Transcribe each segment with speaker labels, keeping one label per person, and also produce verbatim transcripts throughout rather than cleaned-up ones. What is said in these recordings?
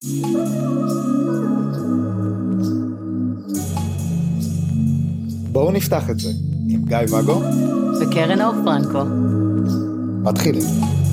Speaker 1: בואו נפתח את זה עם גיא וגו
Speaker 2: וקרן אור פרנקו.
Speaker 1: מתחילים.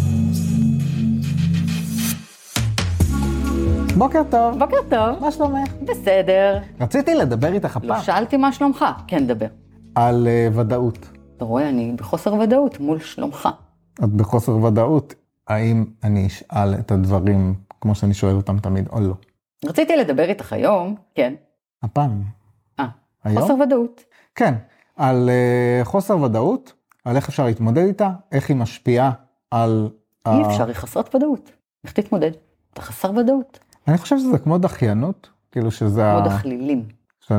Speaker 3: בוקר טוב.
Speaker 2: בוקר טוב.
Speaker 3: מה שלומך?
Speaker 2: בסדר.
Speaker 3: רציתי לדבר איתך הפעם.
Speaker 2: לא שאלתי מה שלומך. כן, דבר.
Speaker 3: על uh, ודאות.
Speaker 2: אתה רואה, אני בחוסר ודאות מול שלומך.
Speaker 3: את בחוסר ודאות, האם אני אשאל את הדברים כמו שאני שואל אותם תמיד או לא?
Speaker 2: רציתי לדבר איתך היום, כן.
Speaker 3: הפעם.
Speaker 2: אה,
Speaker 3: היום?
Speaker 2: חוסר ודאות.
Speaker 3: כן, על uh, חוסר ודאות, על איך אפשר להתמודד איתה, איך היא משפיעה על...
Speaker 2: אי אפשר, היא חסרת ודאות. איך תתמודד? אתה חסר ודאות.
Speaker 3: אני חושב שזה כמו דחיינות, כאילו שזה...
Speaker 2: כמו דחלילים.
Speaker 3: של...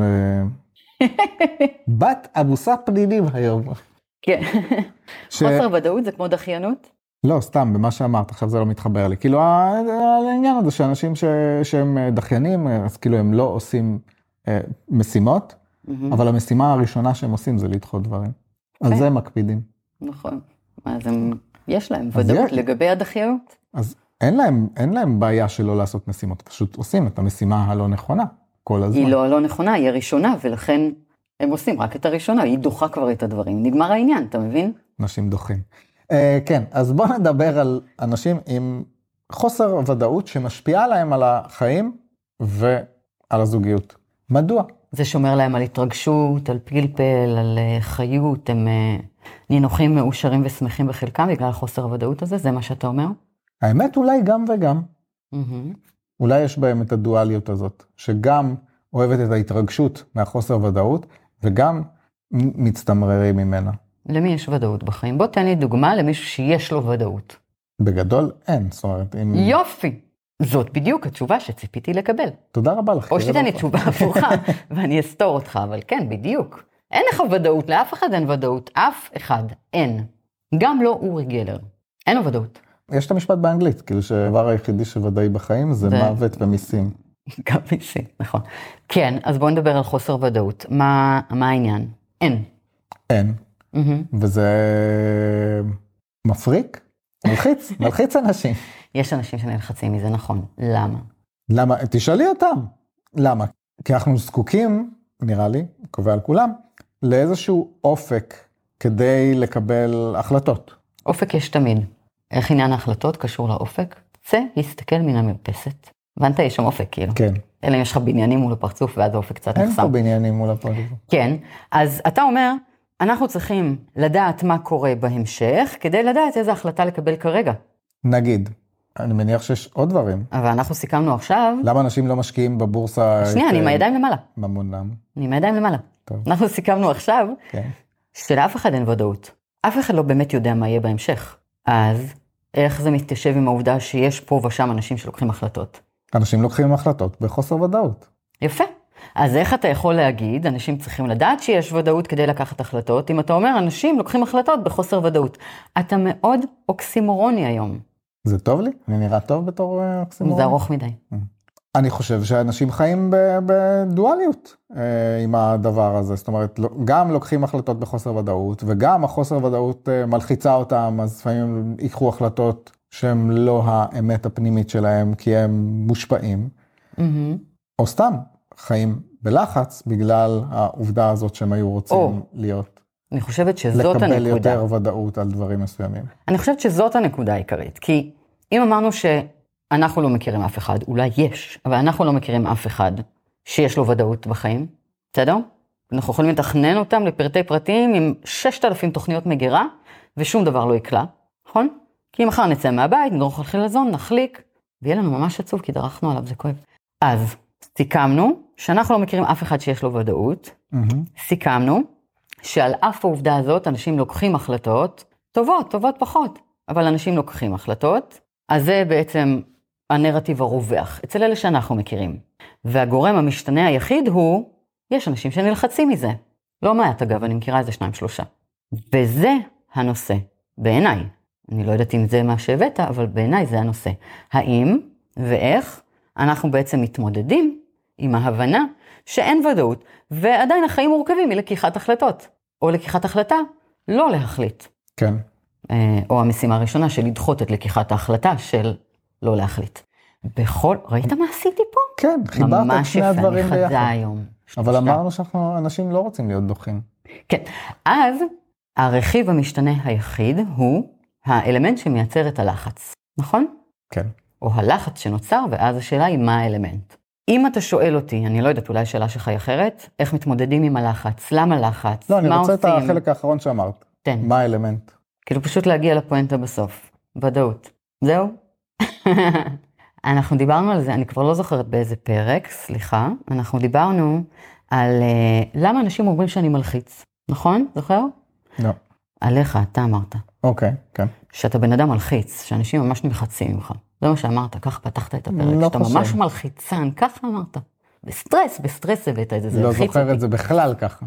Speaker 3: בת אבוסה פנינים היום.
Speaker 2: כן. חוסר ודאות זה כמו דחיינות?
Speaker 3: לא, סתם, במה שאמרת, עכשיו זה לא מתחבר לי. כאילו, העניין הזה שאנשים ש... שהם דחיינים, אז כאילו הם לא עושים אה, משימות, mm-hmm. אבל המשימה הראשונה שהם עושים זה לדחות דברים. Okay. על זה הם מקפידים.
Speaker 2: נכון. אז הם... יש להם ודאות יש... לגבי הדחיינות.
Speaker 3: אז אין להם, אין להם בעיה שלא לעשות משימות, פשוט עושים את המשימה הלא נכונה כל הזמן.
Speaker 2: היא לא הלא נכונה, היא הראשונה, ולכן הם עושים רק את הראשונה, היא דוחה כבר את הדברים. נגמר העניין, אתה מבין?
Speaker 3: אנשים דוחים. Uh, כן, אז בוא נדבר על אנשים עם חוסר ודאות שמשפיעה להם על החיים ועל הזוגיות. מדוע?
Speaker 2: זה שומר להם על התרגשות, על פלפל, על חיות, הם uh, נינוחים מאושרים ושמחים בחלקם בגלל חוסר הוודאות הזה, זה מה שאתה אומר?
Speaker 3: האמת אולי גם וגם.
Speaker 2: Mm-hmm.
Speaker 3: אולי יש בהם את הדואליות הזאת, שגם אוהבת את ההתרגשות מהחוסר ודאות, וגם מצטמררים ממנה.
Speaker 2: למי יש ודאות בחיים? בוא תן לי דוגמה למישהו שיש לו ודאות.
Speaker 3: בגדול אין, זאת אומרת, אם...
Speaker 2: יופי! זאת בדיוק התשובה שציפיתי לקבל.
Speaker 3: תודה רבה לך.
Speaker 2: או שתיתן לי תשובה הפוכה, ואני אסתור אותך, אבל כן, בדיוק. אין לך ודאות, לאף אחד אין ודאות, אף אחד אין. גם לא אורי גלר. אין לו ודאות.
Speaker 3: יש את המשפט באנגלית, כאילו שהדבר היחידי שוודאי בחיים זה ו... מוות ומיסים.
Speaker 2: גם מיסים, נכון. כן, אז בואו נדבר על חוסר ודאות. מה, מה העניין? אין.
Speaker 3: אין. Mm-hmm. וזה מפריק, מלחיץ, מלחיץ אנשים.
Speaker 2: יש אנשים שנלחצים מזה, נכון. למה?
Speaker 3: למה? תשאלי אותם. למה? כי אנחנו זקוקים, נראה לי, קובע על כולם, לאיזשהו אופק כדי לקבל החלטות.
Speaker 2: אופק יש תמיד. איך עניין ההחלטות קשור לאופק? צא, להסתכל מן המרפסת. הבנת, יש שם אופק, כאילו.
Speaker 3: כן.
Speaker 2: אלא אם יש לך בניינים מול הפרצוף, ואז האופק קצת נחסם.
Speaker 3: אין פה בניינים מול הפרצוף.
Speaker 2: כן, אז אתה אומר, אנחנו צריכים לדעת מה קורה בהמשך, כדי לדעת איזו החלטה לקבל כרגע.
Speaker 3: נגיד, אני מניח שיש עוד דברים.
Speaker 2: אבל אנחנו סיכמנו עכשיו...
Speaker 3: למה אנשים לא משקיעים בבורסה...
Speaker 2: שנייה, אני עם הידיים למעלה.
Speaker 3: ממונם.
Speaker 2: אני עם הידיים למעלה. טוב. אנחנו סיכמנו עכשיו,
Speaker 3: כן.
Speaker 2: שלאף אחד אין ודאות. אף אחד לא באמת יודע מה יהיה בהמשך. אז איך זה מתיישב עם העובדה שיש פה ושם אנשים שלוקחים החלטות?
Speaker 3: אנשים לוקחים החלטות בחוסר ודאות.
Speaker 2: יפה. אז איך אתה יכול להגיד, אנשים צריכים לדעת שיש ודאות כדי לקחת החלטות, אם אתה אומר, אנשים לוקחים החלטות בחוסר ודאות. אתה מאוד אוקסימורוני היום.
Speaker 3: זה טוב לי? אני נראה טוב בתור אוקסימורוני?
Speaker 2: זה ארוך מדי.
Speaker 3: אני חושב שאנשים חיים בדואליות עם הדבר הזה. זאת אומרת, גם לוקחים החלטות בחוסר ודאות, וגם החוסר ודאות מלחיצה אותם, אז לפעמים ייקחו החלטות שהן לא האמת הפנימית שלהם, כי הם מושפעים. Mm-hmm. או סתם חיים בלחץ, בגלל העובדה הזאת שהם היו רוצים או, להיות.
Speaker 2: אני חושבת שזאת
Speaker 3: לקבל
Speaker 2: הנקודה.
Speaker 3: לקבל יותר ודאות על דברים מסוימים.
Speaker 2: אני חושבת שזאת הנקודה העיקרית, כי אם אמרנו שאנחנו לא מכירים אף אחד, אולי יש, אבל אנחנו לא מכירים אף אחד שיש לו ודאות בחיים, בסדר? אנחנו יכולים לתכנן אותם לפרטי פרטים עם ששת אלפים תוכניות מגירה, ושום דבר לא יקלה, נכון? כי מחר נצא מהבית, נדרוך על חילזון, נחליק, ויהיה לנו ממש עצוב, כי דרכנו עליו, זה כואב. אז סיכמנו שאנחנו לא מכירים אף אחד שיש לו ודאות, mm-hmm. סיכמנו שעל אף העובדה הזאת אנשים לוקחים החלטות, טובות, טובות פחות, אבל אנשים לוקחים החלטות, אז זה בעצם הנרטיב הרווח, אצל אלה שאנחנו מכירים. והגורם המשתנה היחיד הוא, יש אנשים שנלחצים מזה. לא מעט אגב, אני מכירה איזה שניים שלושה. וזה הנושא, בעיניי. אני לא יודעת אם זה מה שהבאת, אבל בעיניי זה הנושא. האם ואיך אנחנו בעצם מתמודדים עם ההבנה שאין ודאות, ועדיין החיים מורכבים מלקיחת החלטות, או לקיחת החלטה לא להחליט.
Speaker 3: כן.
Speaker 2: או המשימה הראשונה של לדחות את לקיחת ההחלטה של לא להחליט. בכל, ראית מה עשיתי פה?
Speaker 3: כן, חיברת את שני הדברים
Speaker 2: ממש יפה, אני
Speaker 3: ביחד.
Speaker 2: חדה היום.
Speaker 3: אבל אמרנו שאנחנו, אנשים לא רוצים להיות דוחים.
Speaker 2: כן, אז הרכיב המשתנה היחיד הוא האלמנט שמייצר את הלחץ, נכון?
Speaker 3: כן.
Speaker 2: או הלחץ שנוצר, ואז השאלה היא מה האלמנט. אם אתה שואל אותי, אני לא יודעת, אולי השאלה שלך היא אחרת, איך מתמודדים עם הלחץ, למה לחץ,
Speaker 3: לא, אני רוצה
Speaker 2: עושים?
Speaker 3: את החלק האחרון שאמרת.
Speaker 2: תן.
Speaker 3: מה האלמנט?
Speaker 2: כאילו פשוט להגיע לפואנטה בסוף, ודאות. זהו? אנחנו דיברנו על זה, אני כבר לא זוכרת באיזה פרק, סליחה, אנחנו דיברנו על uh, למה אנשים אומרים שאני מלחיץ, נכון? זוכר?
Speaker 3: לא.
Speaker 2: עליך, אתה אמרת.
Speaker 3: אוקיי, כן.
Speaker 2: שאתה בן אדם מלחיץ, שאנשים ממש נלחצים ממך. זה מה שאמרת, ככה פתחת את הפרק,
Speaker 3: לא
Speaker 2: שאתה
Speaker 3: חושב.
Speaker 2: ממש מלחיצן, ככה אמרת. בסטרס, בסטרס הבאת את זה, זה
Speaker 3: לא
Speaker 2: הלחיץ
Speaker 3: זוכר
Speaker 2: אותי.
Speaker 3: את זה בכלל ככה.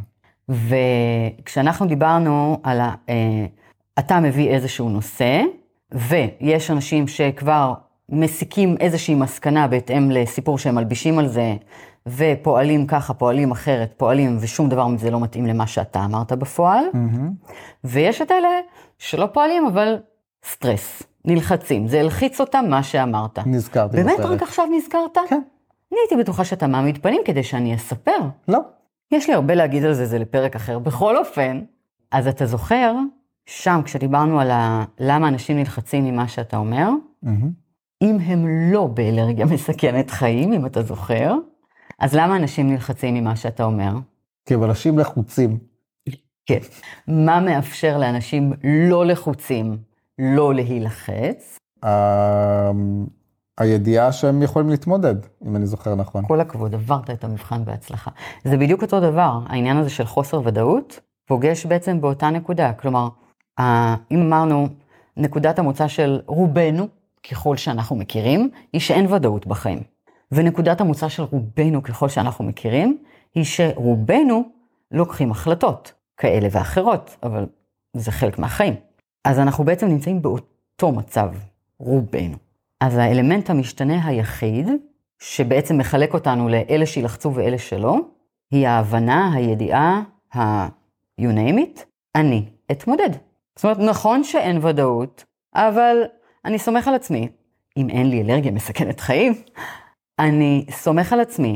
Speaker 2: וכשאנחנו דיברנו על ה... אה, אתה מביא איזשהו נושא, ויש אנשים שכבר מסיקים איזושהי מסקנה בהתאם לסיפור שהם מלבישים על זה, ופועלים ככה, פועלים אחרת, פועלים, ושום דבר מזה לא מתאים למה שאתה אמרת בפועל.
Speaker 3: Mm-hmm.
Speaker 2: ויש את אלה שלא פועלים, אבל סטרס, נלחצים. זה הלחיץ אותם מה שאמרת.
Speaker 3: נזכרתי
Speaker 2: באמת
Speaker 3: בפרק.
Speaker 2: רק עכשיו נזכרת?
Speaker 3: כן.
Speaker 2: אני הייתי בטוחה שאתה מעמיד פנים כדי שאני אספר.
Speaker 3: לא.
Speaker 2: יש לי הרבה להגיד על זה, זה לפרק אחר. בכל אופן, אז אתה זוכר, שם כשדיברנו על ה... למה אנשים נלחצים ממה שאתה אומר,
Speaker 3: Mm-hmm.
Speaker 2: אם הם לא באלרגיה מסכנת חיים, אם אתה זוכר, אז למה אנשים נלחצים ממה שאתה אומר?
Speaker 3: כי אנשים לחוצים.
Speaker 2: כן. מה מאפשר לאנשים לא לחוצים, לא להילחץ?
Speaker 3: ה- הידיעה שהם יכולים להתמודד, אם אני זוכר נכון.
Speaker 2: כל הכבוד, עברת את המבחן בהצלחה. זה בדיוק אותו דבר, העניין הזה של חוסר ודאות, פוגש בעצם באותה נקודה. כלומר, אם אמרנו, נקודת המוצא של רובנו, ככל שאנחנו מכירים, היא שאין ודאות בחיים. ונקודת המוצא של רובנו, ככל שאנחנו מכירים, היא שרובנו לוקחים החלטות כאלה ואחרות, אבל זה חלק מהחיים. אז אנחנו בעצם נמצאים באותו מצב, רובנו. אז האלמנט המשתנה היחיד, שבעצם מחלק אותנו לאלה שילחצו ואלה שלא, היא ההבנה, הידיעה, ה-you name it, אני אתמודד. זאת אומרת, נכון שאין ודאות, אבל אני סומך על עצמי. אם אין לי אלרגיה מסכנת חיים, אני סומך על עצמי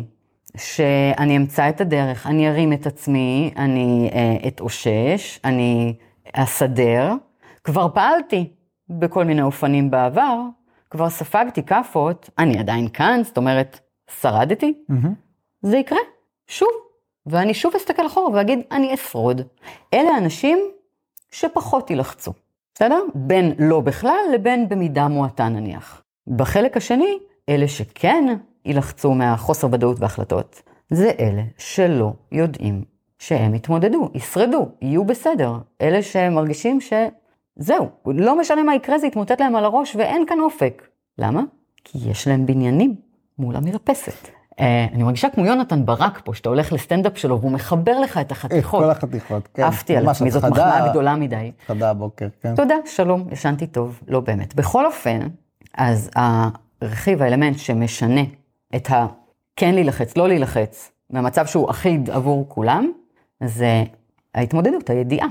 Speaker 2: שאני אמצא את הדרך, אני ארים את עצמי, אני אה, אתאושש, אני אסדר. כבר פעלתי בכל מיני אופנים בעבר, כבר ספגתי כפות, אני עדיין כאן, זאת אומרת, שרדתי,
Speaker 3: Mm-hmm.
Speaker 2: זה יקרה, שוב. ואני שוב אסתכל אחורה ואגיד, אני אשרוד. אלה האנשים שפחות ילחצו, בסדר? בין לא בכלל לבין במידה מועטה נניח. בחלק השני, אלה שכן ילחצו מהחוסר ודאות והחלטות, זה אלה שלא יודעים שהם יתמודדו, ישרדו, יהיו בסדר. אלה שמרגישים שזהו, לא משנה מה יקרה, זה יתמוטט להם על הראש ואין כאן אופק. למה? כי יש להם בניינים מול המרפסת. אה, אני מרגישה כמו יונתן ברק פה, שאתה הולך לסטנדאפ שלו והוא מחבר לך את החתיכות.
Speaker 3: כל החתיכות, כן.
Speaker 2: עפתי על עצמי, זאת מחמאה גדולה מדי.
Speaker 3: חדה הבוקר, כן.
Speaker 2: תודה, שלום, ישנתי טוב, לא באמת. בכל אופן, אז הרכיב, האלמנט שמשנה את ה... כן להילחץ, לא להילחץ, מהמצב שהוא אחיד עבור כולם, זה ההתמודדות, הידיעה.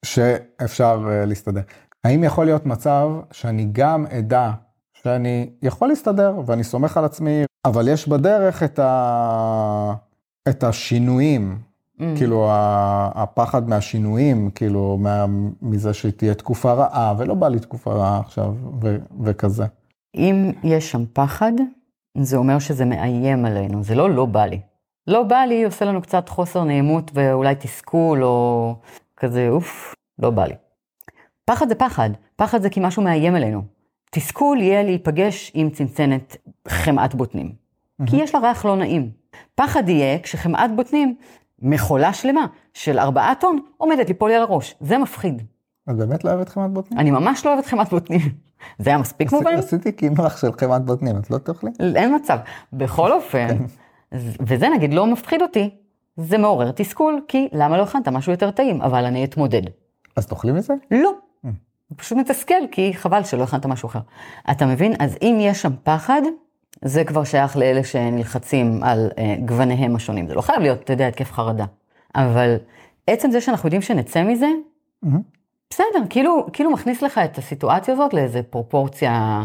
Speaker 3: שאפשר uh, להסתדר. האם יכול להיות מצב שאני גם אדע שאני יכול להסתדר ואני סומך על עצמי, אבל יש בדרך את, ה... את השינויים, mm. כאילו הפחד מהשינויים, כאילו מה... מזה שתהיה תקופה רעה, ולא בא לי תקופה רעה עכשיו ו... וכזה.
Speaker 2: אם יש שם פחד, זה אומר שזה מאיים עלינו, זה לא לא בא לי. לא בא לי, עושה לנו קצת חוסר נעימות ואולי תסכול או כזה, אוף, לא בא לי. פחד זה פחד, פחד זה כי משהו מאיים עלינו. תסכול יהיה להיפגש עם צנצנת חמאת בוטנים, mm-hmm. כי יש לה ריח לא נעים. פחד יהיה כשחמאת בוטנים, מחולה שלמה של ארבעה טון, עומדת ליפול לי על הראש. זה מפחיד.
Speaker 3: את באמת לא אוהבת חמאת בוטנים?
Speaker 2: אני ממש לא אוהבת חמאת בוטנים. זה היה מספיק מובן?
Speaker 3: עשיתי קינוח של חמאת בוטנים, את לא תאכלי?
Speaker 2: אין מצב. בכל אופן, וזה נגיד לא מפחיד אותי, זה מעורר תסכול, כי למה לא הכנת משהו יותר טעים, אבל אני אתמודד.
Speaker 3: אז תאכלי מזה?
Speaker 2: לא. הוא פשוט מתסכל, כי חבל שלא הכנת משהו אחר. אתה מבין? אז אם יש שם פחד, זה כבר שייך לאלה שנלחצים על uh, גווניהם השונים. זה לא חייב להיות, אתה יודע, התקף חרדה. אבל עצם זה שאנחנו יודעים שנצא מזה, mm-hmm. בסדר, כאילו, כאילו מכניס לך את הסיטואציה הזאת לאיזו פרופורציה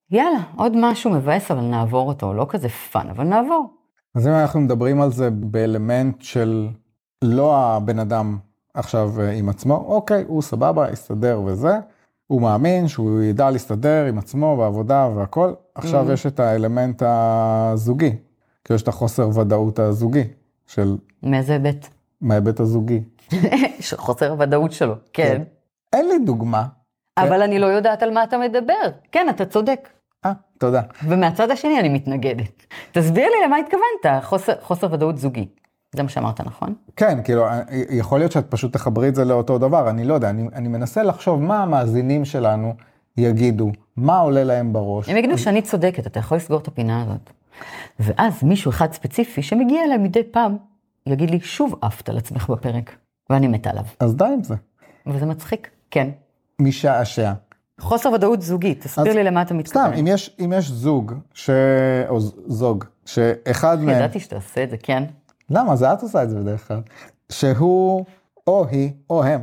Speaker 2: יאללה, עוד משהו מבאס, אבל נעבור אותו, לא כזה פן, אבל נעבור.
Speaker 3: אז אם אנחנו מדברים על זה באלמנט של לא הבן אדם עכשיו עם עצמו, אוקיי, הוא סבבה, יסתדר וזה, הוא מאמין שהוא ידע להסתדר עם עצמו בעבודה והכל, עכשיו mm-hmm. יש את האלמנט הזוגי, כי יש את החוסר ודאות הזוגי של...
Speaker 2: מאיזה היבט?
Speaker 3: מההיבט הזוגי.
Speaker 2: של חוסר הוודאות שלו, כן. כן.
Speaker 3: אין לי דוגמה.
Speaker 2: אבל אני לא יודעת על מה אתה מדבר. כן, אתה צודק.
Speaker 3: אה, תודה.
Speaker 2: ומהצד השני אני מתנגדת. תסביר לי למה התכוונת, חוסר, חוסר ודאות זוגי. זה מה שאמרת, נכון?
Speaker 3: כן, כאילו, יכול להיות שאת פשוט תחברי את זה לאותו דבר, אני לא יודע, אני, אני מנסה לחשוב מה המאזינים שלנו יגידו, מה עולה להם בראש.
Speaker 2: הם יגידו שאני צודקת, אתה יכול לסגור את הפינה הזאת. ואז מישהו אחד ספציפי שמגיע אליי מדי פעם, יגיד לי, שוב עפת על עצמך בפרק, ואני מתה עליו.
Speaker 3: אז די עם זה.
Speaker 2: וזה מצחיק, כן.
Speaker 3: משעשע.
Speaker 2: חוסר ודאות זוגית, תסביר לי למה אתה מתכוון.
Speaker 3: סתם, אם יש, אם יש זוג, ש... או זוג, שאחד מהם...
Speaker 2: ידעתי שאתה עושה את זה, כן.
Speaker 3: למה? זה את עושה את זה בדרך כלל. שהוא, או היא, או הם,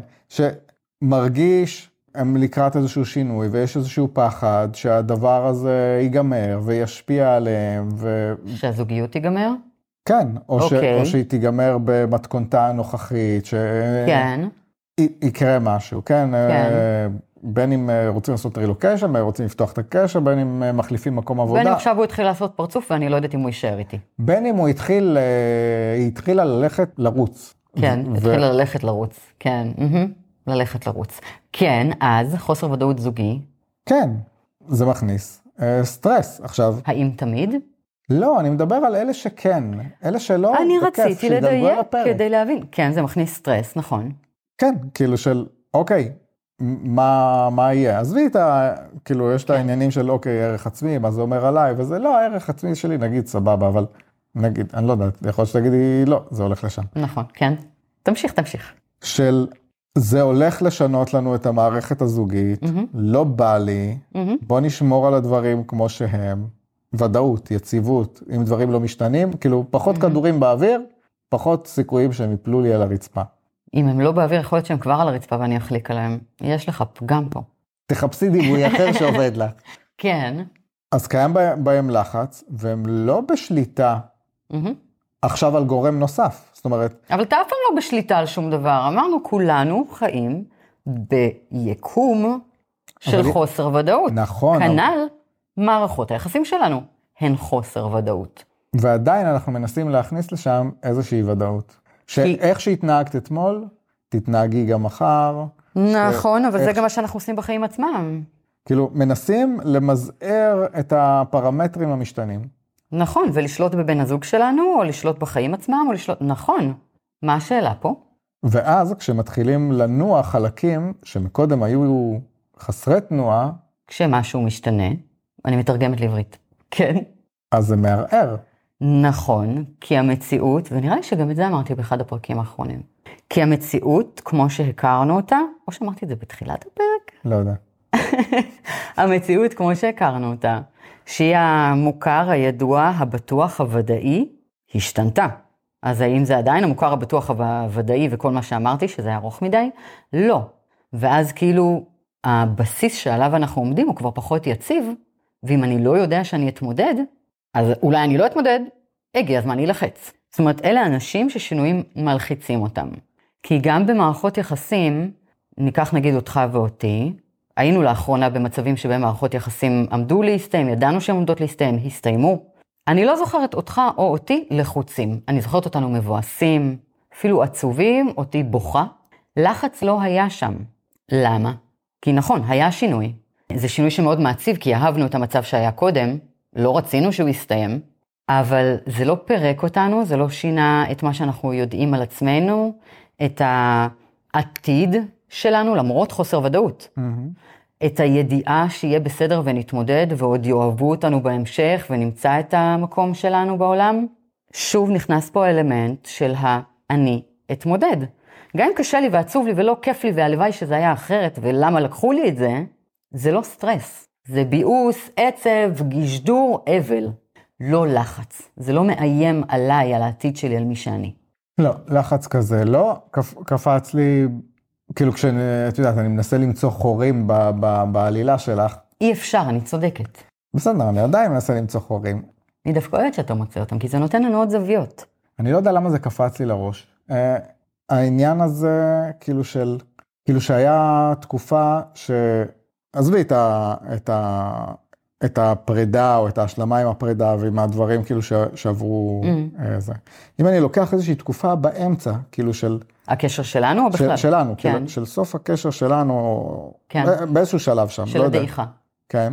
Speaker 3: שמרגיש הם לקראת איזשהו שינוי, ויש איזשהו פחד שהדבר הזה ייגמר, וישפיע עליהם, ו...
Speaker 2: שהזוגיות תיגמר?
Speaker 3: כן, או,
Speaker 2: okay.
Speaker 3: ש... או שהיא תיגמר במתכונתה הנוכחית, ש...
Speaker 2: כן.
Speaker 3: י... יקרה משהו, כן?
Speaker 2: כן.
Speaker 3: בין אם רוצים לעשות רילוקיישן, רוצים לפתוח את הקשר, בין אם מחליפים מקום עבודה.
Speaker 2: בין אם עכשיו הוא התחיל לעשות פרצוף, ואני לא יודעת אם הוא יישאר איתי.
Speaker 3: בין אם הוא התחיל, היא התחילה ללכת לרוץ.
Speaker 2: כן, ו... התחילה ללכת לרוץ, כן, ללכת לרוץ. כן, אז חוסר ודאות זוגי.
Speaker 3: כן, זה מכניס סטרס. עכשיו...
Speaker 2: האם תמיד?
Speaker 3: לא, אני מדבר על אלה שכן, אלה שלא...
Speaker 2: אני רציתי לדייק כדי להבין. כן, זה מכניס סטרס, נכון.
Speaker 3: כן, כאילו של, אוקיי, מה, מה יהיה? עזבי את ה... כאילו, יש את העניינים של, אוקיי, ערך עצמי, מה זה אומר עליי, וזה לא, הערך עצמי שלי, נגיד, סבבה, אבל נגיד, אני לא יודעת, יכול להיות שתגידי, לא, זה הולך לשם.
Speaker 2: נכון, כן. תמשיך, תמשיך.
Speaker 3: של, זה הולך לשנות לנו את המערכת הזוגית, mm-hmm. לא בא לי, mm-hmm. בוא נשמור על הדברים כמו שהם, ודאות, יציבות, אם דברים לא משתנים, כאילו, פחות mm-hmm. כדורים באוויר, פחות סיכויים שהם יפלו לי על הרצפה.
Speaker 2: אם הם לא באוויר, יכול להיות שהם כבר על הרצפה ואני אחליק עליהם. יש לך פגם פה.
Speaker 3: תחפשי דימוי אחר שעובד לך.
Speaker 2: כן.
Speaker 3: אז קיים בהם לחץ, והם לא בשליטה mm-hmm. עכשיו על גורם נוסף. זאת אומרת...
Speaker 2: אבל אתה אף פעם לא בשליטה על שום דבר. אמרנו, כולנו חיים ביקום של אבל... חוסר ודאות.
Speaker 3: נכון.
Speaker 2: כנ"ל אבל... מערכות היחסים שלנו הן חוסר ודאות.
Speaker 3: ועדיין אנחנו מנסים להכניס לשם איזושהי ודאות. שאיך שהתנהגת אתמול, תתנהגי גם מחר.
Speaker 2: נכון, אבל זה גם מה שאנחנו עושים בחיים עצמם.
Speaker 3: כאילו, מנסים למזער את הפרמטרים המשתנים.
Speaker 2: נכון, ולשלוט בבן הזוג שלנו, או לשלוט בחיים עצמם, או לשלוט... נכון. מה השאלה פה?
Speaker 3: ואז, כשמתחילים לנוע חלקים, שמקודם היו חסרי תנועה...
Speaker 2: כשמשהו משתנה, אני מתרגמת לעברית. כן.
Speaker 3: אז זה מערער.
Speaker 2: נכון, כי המציאות, ונראה לי שגם את זה אמרתי באחד הפרקים האחרונים, כי המציאות, כמו שהכרנו אותה, או שאמרתי את זה בתחילת הפרק?
Speaker 3: לא יודע.
Speaker 2: המציאות, כמו שהכרנו אותה, שהיא המוכר, הידוע, הבטוח, הוודאי, השתנתה. אז האם זה עדיין המוכר, הבטוח, הוודאי, וכל מה שאמרתי, שזה היה ארוך מדי? לא. ואז כאילו, הבסיס שעליו אנחנו עומדים הוא כבר פחות יציב, ואם אני לא יודע שאני אתמודד, אז אולי אני לא אתמודד, הגיע הזמן להילחץ. זאת אומרת, אלה אנשים ששינויים מלחיצים אותם. כי גם במערכות יחסים, ניקח נגיד אותך ואותי, היינו לאחרונה במצבים שבהם מערכות יחסים עמדו להסתיים, ידענו שהן עומדות להסתיים, הסתיימו. אני לא זוכרת אותך או אותי לחוצים. אני זוכרת אותנו מבואסים, אפילו עצובים, אותי בוכה. לחץ לא היה שם. למה? כי נכון, היה שינוי. זה שינוי שמאוד מעציב, כי אהבנו את המצב שהיה קודם, לא רצינו שהוא יסתיים, אבל זה לא פרק אותנו, זה לא שינה את מה שאנחנו יודעים על עצמנו, את העתיד שלנו, למרות חוסר ודאות. Mm-hmm. את הידיעה שיהיה בסדר ונתמודד, ועוד יאהבו אותנו בהמשך, ונמצא את המקום שלנו בעולם. שוב נכנס פה האלמנט של האני אתמודד. גם אם קשה לי ועצוב לי ולא כיף לי, והלוואי שזה היה אחרת, ולמה לקחו לי את זה, זה לא סטרס. זה ביאוס, עצב, גשדור, אבל. לא לחץ. זה לא מאיים עליי, על העתיד שלי, על מי שאני.
Speaker 3: לא, לחץ כזה לא. קפ, קפץ לי, כאילו כשאת יודעת, אני מנסה למצוא חורים ב, ב, בעלילה שלך.
Speaker 2: אי אפשר, אני צודקת.
Speaker 3: בסדר, אני עדיין מנסה למצוא חורים.
Speaker 2: אני דווקא אוהבת שאתה מוצא אותם, כי זה נותן לנו עוד זוויות.
Speaker 3: אני לא יודע למה זה קפץ לי לראש. אה, העניין הזה, כאילו של, כאילו שהיה תקופה ש... עזבי את ה... את ה... את הפרידה או את ההשלמה עם הפרידה ועם הדברים כאילו ש... שעברו mm. אה, זה. אם אני לוקח איזושהי תקופה באמצע, כאילו של...
Speaker 2: הקשר שלנו או בכלל?
Speaker 3: של, שלנו,
Speaker 2: כן.
Speaker 3: כאילו, של סוף הקשר שלנו,
Speaker 2: כן.
Speaker 3: באיזשהו שלב שם.
Speaker 2: של
Speaker 3: לא
Speaker 2: הדעיכה.
Speaker 3: יודע. כן.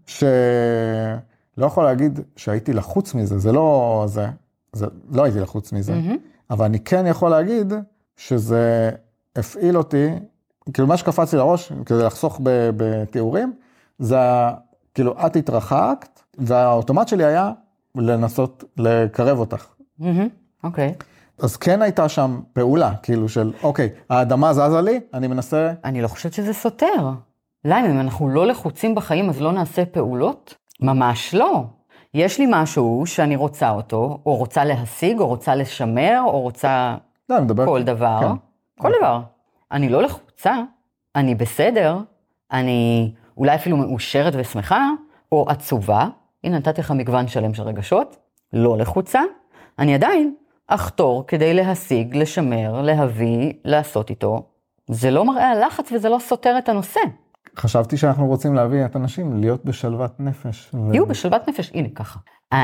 Speaker 3: שלא יכול להגיד שהייתי לחוץ מזה, זה לא זה, זה לא הייתי לחוץ מזה, mm-hmm. אבל אני כן יכול להגיד שזה הפעיל אותי, כאילו מה שקפץ לי לראש, כדי לחסוך בתיאורים, זה כאילו את התרחקת, והאוטומט שלי היה לנסות לקרב אותך.
Speaker 2: אוקיי.
Speaker 3: אז כן הייתה שם פעולה, כאילו של, אוקיי, האדמה זזה לי, אני מנסה...
Speaker 2: אני לא חושבת שזה סותר. למה, אם אנחנו לא לחוצים בחיים, אז לא נעשה פעולות? ממש לא. יש לי משהו שאני רוצה אותו, או רוצה להשיג, או רוצה לשמר, או רוצה
Speaker 3: לא, מדבר...
Speaker 2: כל דבר.
Speaker 3: כן.
Speaker 2: כל דבר. אני לא לחוצה, אני בסדר, אני אולי אפילו מאושרת ושמחה, או עצובה, הנה נתתי לך מגוון שלם של רגשות, לא לחוצה, אני עדיין אחתור כדי להשיג, לשמר, להביא, לעשות איתו. זה לא מראה על לחץ וזה לא סותר את הנושא.
Speaker 3: חשבתי שאנחנו רוצים להביא את אנשים להיות בשלוות נפש. ו...
Speaker 2: יהיו בשלוות נפש, הנה ככה.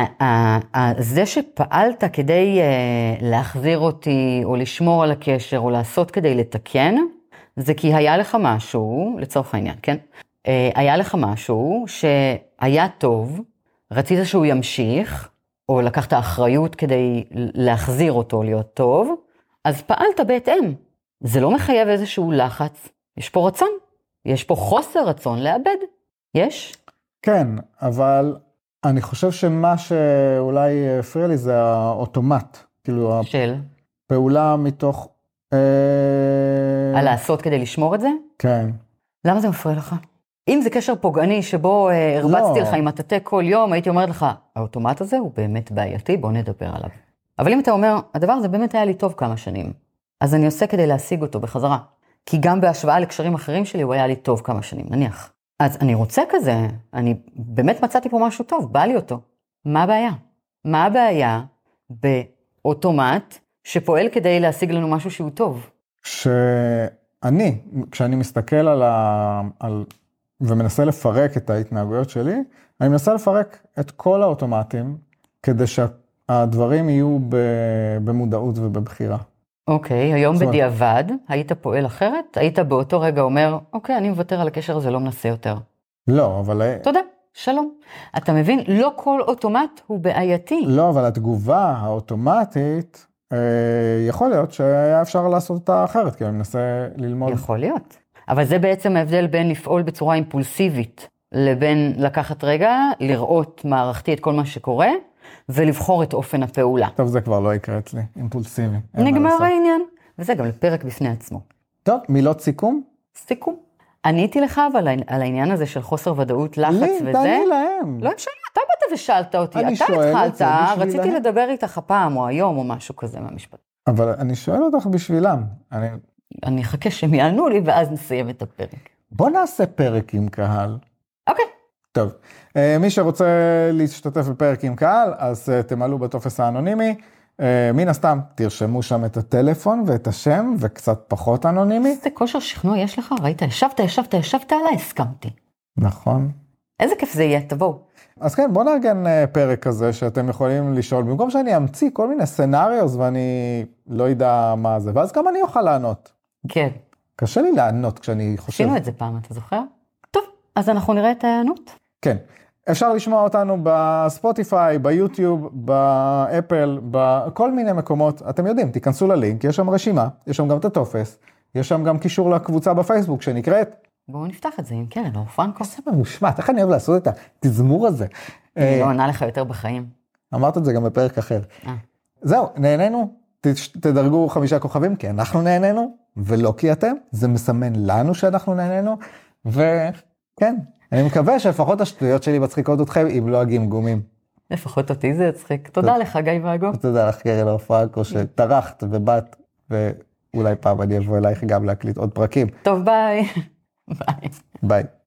Speaker 2: זה שפעלת כדי להחזיר אותי, או לשמור על הקשר, או לעשות כדי לתקן, זה כי היה לך משהו, לצורך העניין, כן? היה לך משהו שהיה טוב, רצית שהוא ימשיך, או לקחת אחריות כדי להחזיר אותו להיות טוב, אז פעלת בהתאם. זה לא מחייב איזשהו לחץ. יש פה רצון. יש פה חוסר רצון לאבד. יש?
Speaker 3: כן, אבל אני חושב שמה שאולי הפריע לי זה האוטומט. כאילו,
Speaker 2: של?
Speaker 3: הפעולה מתוך...
Speaker 2: על לעשות כדי לשמור את זה?
Speaker 3: כן.
Speaker 2: למה זה מפריע לך? אם זה קשר פוגעני שבו הרבצתי לך עם מטאטא כל יום, הייתי אומרת לך, האוטומט הזה הוא באמת בעייתי, בוא נדבר עליו. אבל אם אתה אומר, הדבר הזה באמת היה לי טוב כמה שנים, אז אני עושה כדי להשיג אותו בחזרה. כי גם בהשוואה לקשרים אחרים שלי, הוא היה לי טוב כמה שנים, נניח. אז אני רוצה כזה, אני באמת מצאתי פה משהו טוב, בא לי אותו. מה הבעיה? מה הבעיה באוטומט שפועל כדי להשיג לנו משהו שהוא טוב?
Speaker 3: שאני, כשאני מסתכל על ה... על... ומנסה לפרק את ההתנהגויות שלי, אני מנסה לפרק את כל האוטומטים, כדי שהדברים יהיו במודעות ובבחירה.
Speaker 2: אוקיי, היום בדיעבד, היית פועל אחרת? היית באותו רגע אומר, אוקיי, אני מוותר על הקשר הזה, לא מנסה יותר.
Speaker 3: לא, אבל...
Speaker 2: תודה, שלום. אתה מבין, לא כל אוטומט הוא בעייתי.
Speaker 3: לא, אבל התגובה האוטומטית, יכול להיות שהיה אפשר לעשות אותה אחרת, כי אני מנסה ללמוד.
Speaker 2: יכול להיות. אבל זה בעצם ההבדל בין לפעול בצורה אימפולסיבית, לבין לקחת רגע, לראות מערכתי את כל מה שקורה, ולבחור את אופן הפעולה.
Speaker 3: טוב, זה כבר לא יקרה אצלי, אימפולסיבי.
Speaker 2: נגמר העניין, וזה גם לפרק בפני עצמו.
Speaker 3: טוב, מילות סיכום?
Speaker 2: סיכום. עניתי לך אבל על העניין הזה של חוסר ודאות, לחץ
Speaker 3: לי,
Speaker 2: וזה.
Speaker 3: תעני להם.
Speaker 2: לא משנה, אתה באת ושאלת אותי, אתה התחלת, רציתי לדבר איתך פעם או היום או משהו כזה מהמשפט.
Speaker 3: אבל אני שואל אותך בשבילם. אני...
Speaker 2: אני אחכה שהם יענו לי ואז נסיים את הפרק.
Speaker 3: בוא נעשה פרק עם קהל.
Speaker 2: אוקיי.
Speaker 3: טוב, מי שרוצה להשתתף בפרק עם קהל, אז תמלאו בטופס האנונימי. מן הסתם, תרשמו שם את הטלפון ואת השם, וקצת פחות אנונימי.
Speaker 2: איזה כושר שכנוע יש לך? ראית, ישבת, ישבת, ישבת עליי, הסכמתי.
Speaker 3: נכון.
Speaker 2: איזה כיף זה יהיה, תבואו.
Speaker 3: אז כן, בוא נארגן פרק כזה שאתם יכולים לשאול, במקום שאני אמציא כל מיני סנריוס ואני לא יודע מה זה, ואז גם אני אוכל לענות.
Speaker 2: כן.
Speaker 3: קשה לי לענות כשאני חושב.
Speaker 2: עשינו את זה פעם, אתה זוכר? טוב, אז אנחנו נראה את הענות.
Speaker 3: כן. אפשר לשמוע אותנו בספוטיפיי, ביוטיוב, באפל, בכל מיני מקומות. אתם יודעים, תיכנסו ללינק, יש שם רשימה, יש שם גם את הטופס, יש שם גם קישור לקבוצה בפייסבוק שנקראת.
Speaker 2: בואו נפתח את זה עם קרן, לא פרנקו.
Speaker 3: זה ממושמעת, איך אני אוהב לעשות את התזמור הזה?
Speaker 2: אני לא עונה לך יותר בחיים.
Speaker 3: אמרת את זה גם בפרק אחר. זהו, נהנינו, תדרגו חמישה כוכבים, כי אנחנו נהנינו, ולא כי אתם, זה מסמן לנו שאנחנו נהנינו, וכן. אני מקווה שלפחות השטויות שלי מצחיקות אתכם, אם לא הגמגומים.
Speaker 2: לפחות אותי זה יצחיק. תודה לך, גיא ואגו.
Speaker 3: תודה לך, קרן אור פרנקו, שטרחת ובאת, ואולי פעם אני אבוא אלייך גם להקליט עוד פרקים.
Speaker 2: טוב, ביי. ביי.
Speaker 3: ביי.